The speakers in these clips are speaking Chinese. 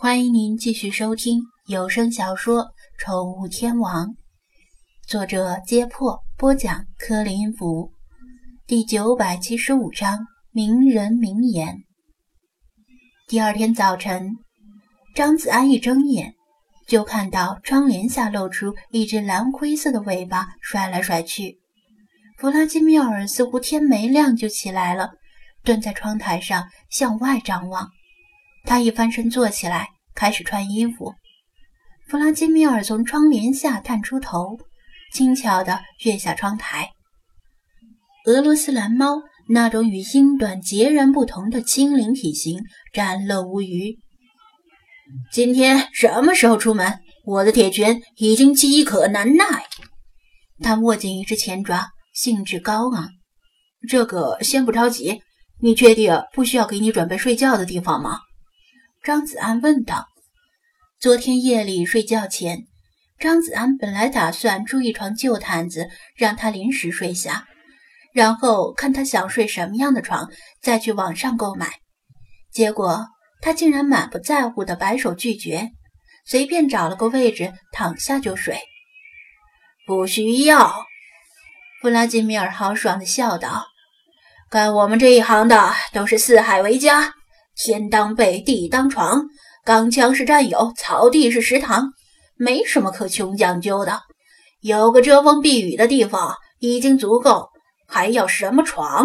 欢迎您继续收听有声小说《宠物天王》，作者揭破，播讲柯林福，第975章名人名言。第二天早晨，张子安一睁眼，就看到窗帘下露出一只蓝灰色的尾巴甩来甩去。弗拉基米尔似乎天没亮就起来了，蹲在窗台上向外张望。他一翻身坐起来，开始穿衣服。弗拉基米尔从窗帘下探出头，轻巧地跃下窗台。俄罗斯蓝猫那种与英短截然不同的轻灵体型展露无余。 今天什么时候出门？我的铁拳已经饥渴难耐。 他握紧一只前爪，兴致高昂。 这个先不着急，你确定不需要给你准备睡觉的地方吗？ 张子安问道。昨天夜里睡觉前，张子安本来打算租一床旧毯子让他临时睡下，然后看他想睡什么样的床，再去网上购买。结果他竟然满不在乎地摆手拒绝，随便找了个位置躺下就睡。 不需要， 弗拉基米尔豪爽地笑道。 干我们这一行的都是四海为家，天当被，地当床，钢枪是战友，草地是食堂，没什么可穷讲究的。有个遮风避雨的地方已经足够，还要什么床？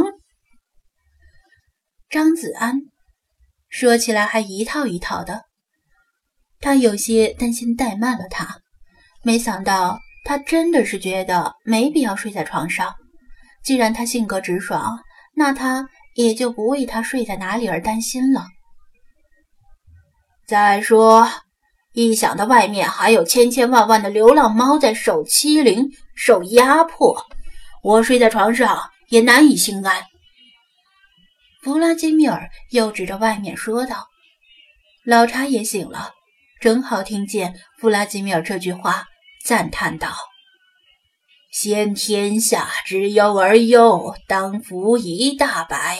张子安说起来还一套一套的，他有些担心怠慢了他，没想到他真的是觉得没必要睡在床上。既然他性格直爽，那他也就不为他睡在哪里而担心了。 再说，一想到外面还有千千万万的流浪猫在受欺凌、受压迫，我睡在床上也难以心安。 弗拉基米尔又指着外面说道。老查也醒了，正好听见弗拉基米尔这句话，赞叹道： 先天下之忧而忧，当服一大白。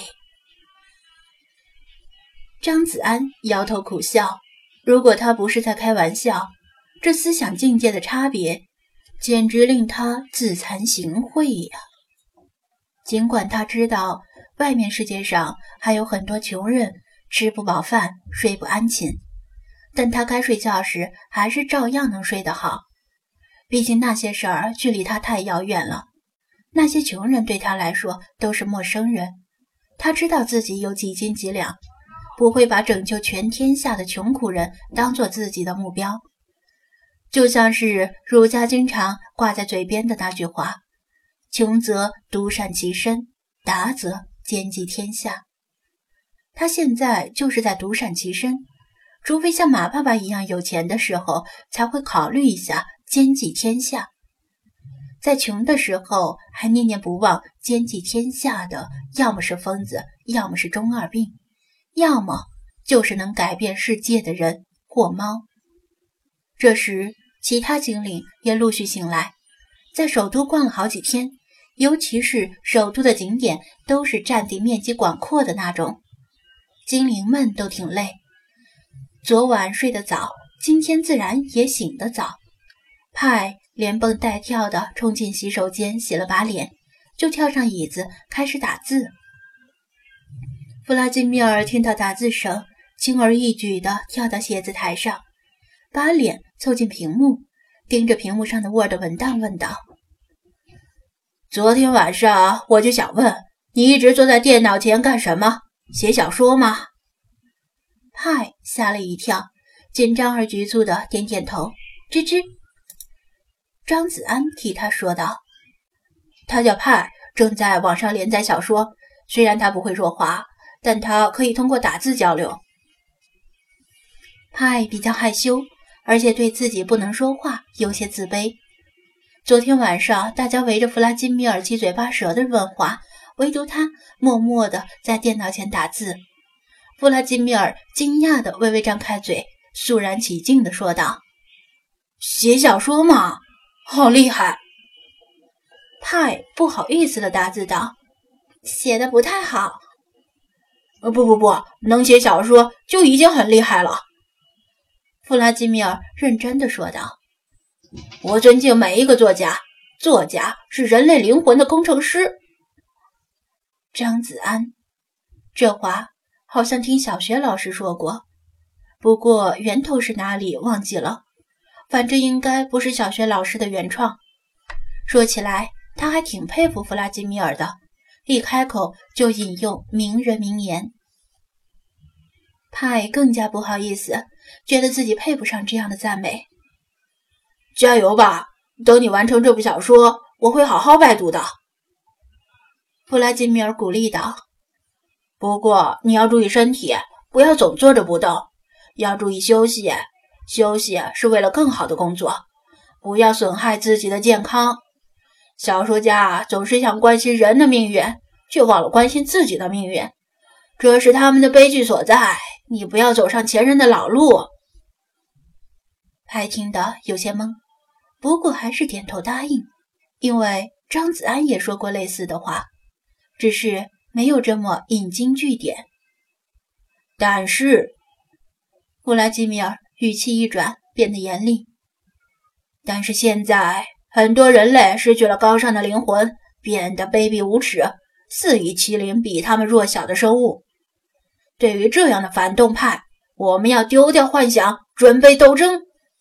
张子安摇头苦笑，如果他不是在开玩笑，这思想境界的差别简直令他自惭形秽呀。尽管他知道外面世界上还有很多穷人吃不饱饭，睡不安寝，但他该睡觉时还是照样能睡得好。毕竟那些事儿距离他太遥远了，那些穷人对他来说都是陌生人。他知道自己有几斤几两，不会把拯救全天下的穷苦人当作自己的目标。就像是儒家经常挂在嘴边的那句话：穷则独善其身，达则兼济天下。他现在就是在独善其身，除非像马爸爸一样有钱的时候，才会考虑一下兼济天下。在穷的时候还念念不忘兼济天下的，要么是疯子，要么是中二病，要么就是能改变世界的人或猫。这时其他精灵也陆续醒来，在首都逛了好几天，尤其是首都的景点都是占地面积广阔的那种。精灵们都挺累，昨晚睡得早，今天自然也醒得早。派连蹦带跳地冲进洗手间洗了把脸，就跳上椅子开始打字。弗拉基米尔听到打字声，轻而易举地跳到写字台上，把脸凑近屏幕，盯着屏幕上的 Word 文档问道： 昨天晚上我就想问，你一直坐在电脑前干什么？写小说吗？ 派吓了一跳，紧张而局促地点点头，吱吱。张子安替他说道： 他叫派，正在网上连载小说，虽然他不会说话，但他可以通过打字交流。 派比较害羞，而且对自己不能说话有些自卑。昨天晚上大家围着弗拉基米尔七嘴八舌地问话，唯独他默默地在电脑前打字。弗拉基米尔惊讶地微微张开嘴，肃然起敬地说道： 写小说吗？好厉害。 派不好意思地打字道：写得不太好。 不，能写小说就已经很厉害了。 弗拉基米尔认真地说道：“我尊敬每一个作家，作家是人类灵魂的工程师。”张子安，这话好像听小学老师说过，不过源头是哪里忘记了，反正应该不是小学老师的原创。说起来，他还挺佩服弗拉基米尔的，一开口就引用名人名言。派更加不好意思，觉得自己配不上这样的赞美。加油吧，等你完成这部小说，我会好好拜读的。弗拉基米尔鼓励道。不过你要注意身体，不要总坐着不动，要注意休息，休息是为了更好的工作，不要损害自己的健康。小说家总是想关心人的命运，却忘了关心自己的命运，这是他们的悲剧所在。你不要走上前人的老路。派听得有些懵，不过还是点头答应，因为张子安也说过类似的话，只是没有这么引经据典。但是，弗拉基米尔语气一转，变得严厉。但是现在，很多人类失去了高尚的灵魂，变得卑鄙无耻，肆意欺凌比他们弱小的生物。对于这样的反动派，我们要丢掉幻想，准备斗争。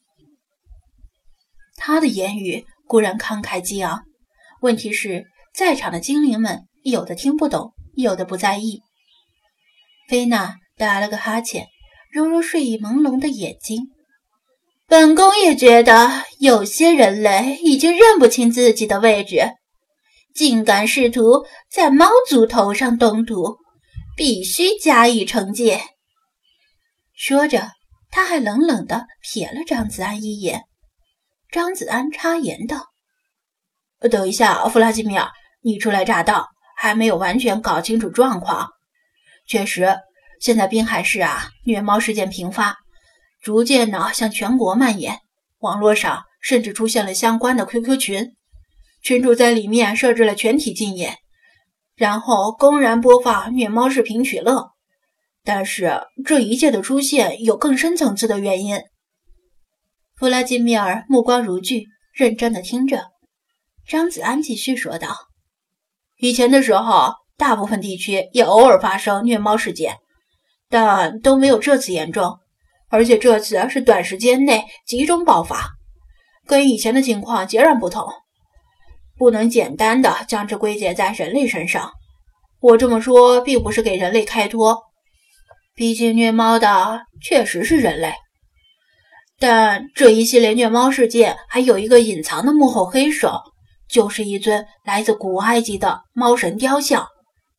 他的言语固然慷慨激昂，问题是在场的精灵们有的听不懂，有的不在意。菲娜打了个哈欠，揉揉睡意朦胧的眼睛。本宫也觉得有些人类已经认不清自己的位置，竟敢试图在猫族头上动土，必须加以惩戒。说着，他还冷冷地瞥了张子安一眼。张子安插言道：“等一下，弗拉基米尔，你初来乍到，还没有完全搞清楚状况。确实，现在滨海市虐猫事件频发，逐渐向全国蔓延。网络上甚至出现了相关的 QQ 群，群主在里面设置了全体禁言，然后公然播放虐猫视频取乐。但是这一切的出现有更深层次的原因。”弗拉基米尔目光如炬，认真地听着。张子安继续说道：“以前的时候，大部分地区也偶尔发生虐猫事件，但都没有这次严重，而且这次是短时间内集中爆发，跟以前的情况截然不同。不能简单的将这归结在人类身上。我这么说并不是给人类开脱，毕竟虐猫的确实是人类。但这一系列虐猫事件还有一个隐藏的幕后黑手，就是一尊来自古埃及的猫神雕像。”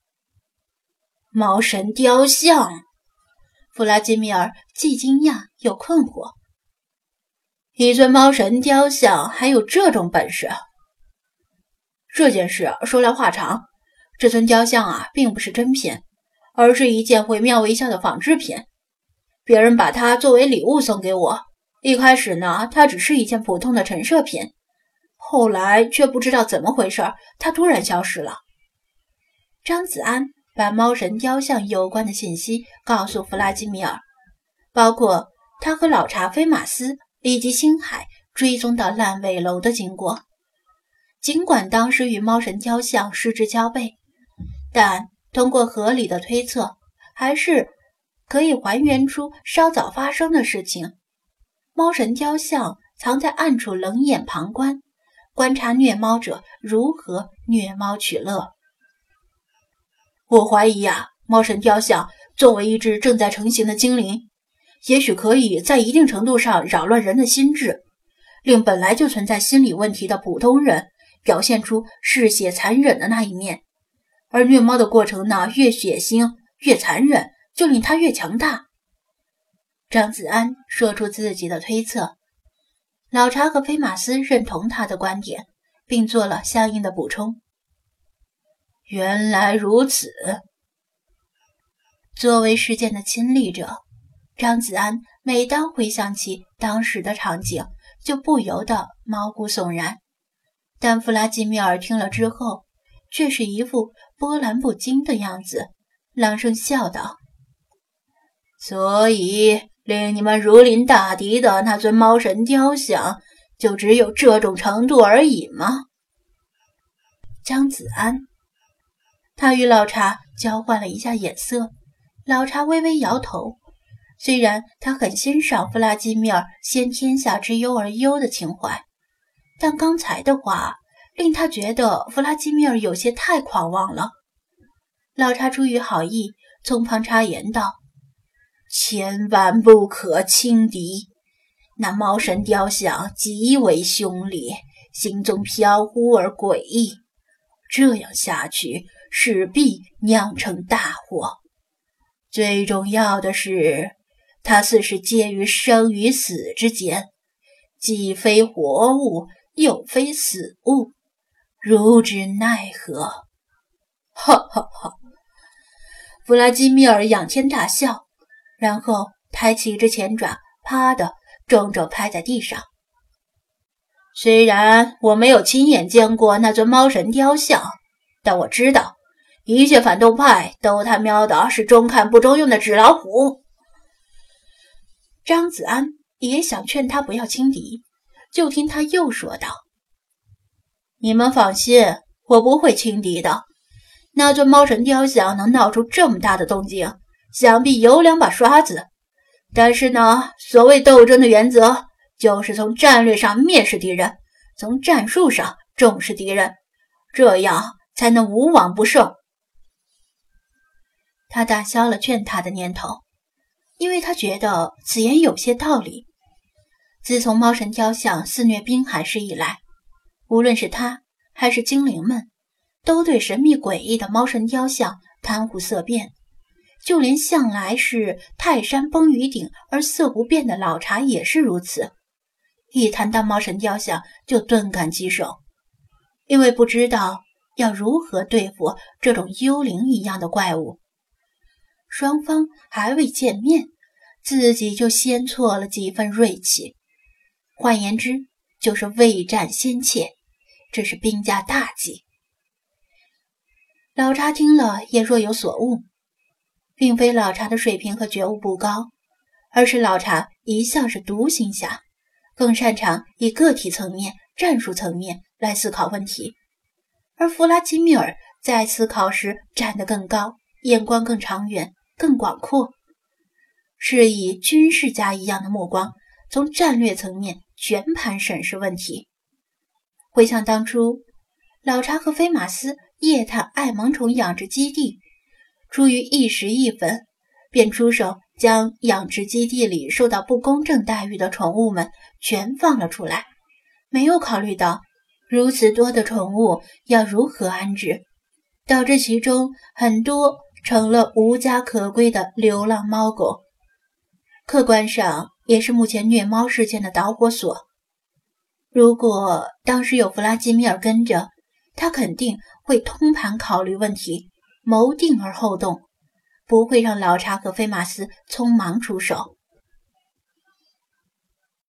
猫神雕像？弗拉基米尔既惊讶又困惑。一尊猫神雕像还有这种本事？这件事说来话长，这尊雕像并不是真品，而是一件惟妙惟肖的仿制品。别人把它作为礼物送给我，一开始呢，它只是一件普通的陈设品，后来却不知道怎么回事，它突然消失了。张子安把猫神雕像有关的信息告诉弗拉基米尔，包括他和老查菲马斯以及星海追踪到烂尾楼的经过。尽管当时与猫神雕像失之交臂，但通过合理的推测，还是可以还原出稍早发生的事情。猫神雕像藏在暗处冷眼旁观，观察虐猫者如何虐猫取乐。我怀疑猫神雕像作为一只正在成型的精灵，也许可以在一定程度上扰乱人的心智，令本来就存在心理问题的普通人表现出嗜血残忍的那一面，而虐猫的过程呢，越血腥越残忍，就令它越强大。张子安说出自己的推测，老查和菲马斯认同他的观点，并做了相应的补充。原来如此。作为事件的亲历者，张子安每当回想起当时的场景，就不由得毛骨悚然。但弗拉基米尔听了之后，却是一副波澜不惊的样子，朗声笑道：“所以令你们如临大敌的那尊猫神雕像，就只有这种程度而已吗？ 张子安，他与老茶交换了一下眼色，老茶微微摇头。虽然他很欣赏弗拉基米尔先天下之忧而忧的情怀，但刚才的话令他觉得弗拉基米尔有些太狂妄了。老茶出于好意，从旁插言道：“ 千万不可轻敌，那猫神雕像极为凶厉，行踪飘忽而诡异，这样下去势必酿成大祸。最重要的是，它似是介于生与死之间，既非活物，又非死物，如之奈何？” 哈哈哈！弗拉基米尔仰天大笑，然后抬起一只前爪，啪的重重拍在地上。 虽然我没有亲眼见过那尊猫神雕像，但我知道，一切反动派都他喵的是中看不中用的纸老虎。 张子安也想劝他不要轻敌，就听他又说道：“ 你们放心，我不会轻敌的。那尊猫神雕像能闹出这么大的动静，想必有2把刷子。但是呢，所谓斗争的原则，就是从战略上蔑视敌人，从战术上重视敌人，这样才能无往不胜。” 他打消了劝他的念头，因为他觉得此言有些道理。自从猫神雕像肆虐滨海市以来，无论是他还是精灵们，都对神秘诡异的猫神雕像谈虎色变，就连向来是泰山崩于顶而色不变的老茶也是如此。一谈到猫神雕像就顿感棘手，因为不知道要如何对付这种幽灵一样的怪物。双方还未见面，自己就先错了几分锐气，换言之，就是未战先怯，这是兵家大忌。老茶听了也若有所悟，并非老茶的水平和觉悟不高，而是老茶一向是独行侠，更擅长以个体层面、战术层面来思考问题，而弗拉基米尔在思考时站得更高，眼光更长远、更广阔，是以军事家一样的目光，从战略层面全盘审视问题。回想当初，老查和菲马斯夜探爱萌虫养殖基地，出于一时义愤，便出手将养殖基地里受到不公正待遇的宠物们全放了出来，没有考虑到如此多的宠物要如何安置，导致其中很多成了无家可归的流浪猫狗，客观上也是目前虐猫事件的导火索。如果当时有弗拉基米尔跟着，他肯定会通盘考虑问题，谋定而后动，不会让老查和菲马斯匆忙出手。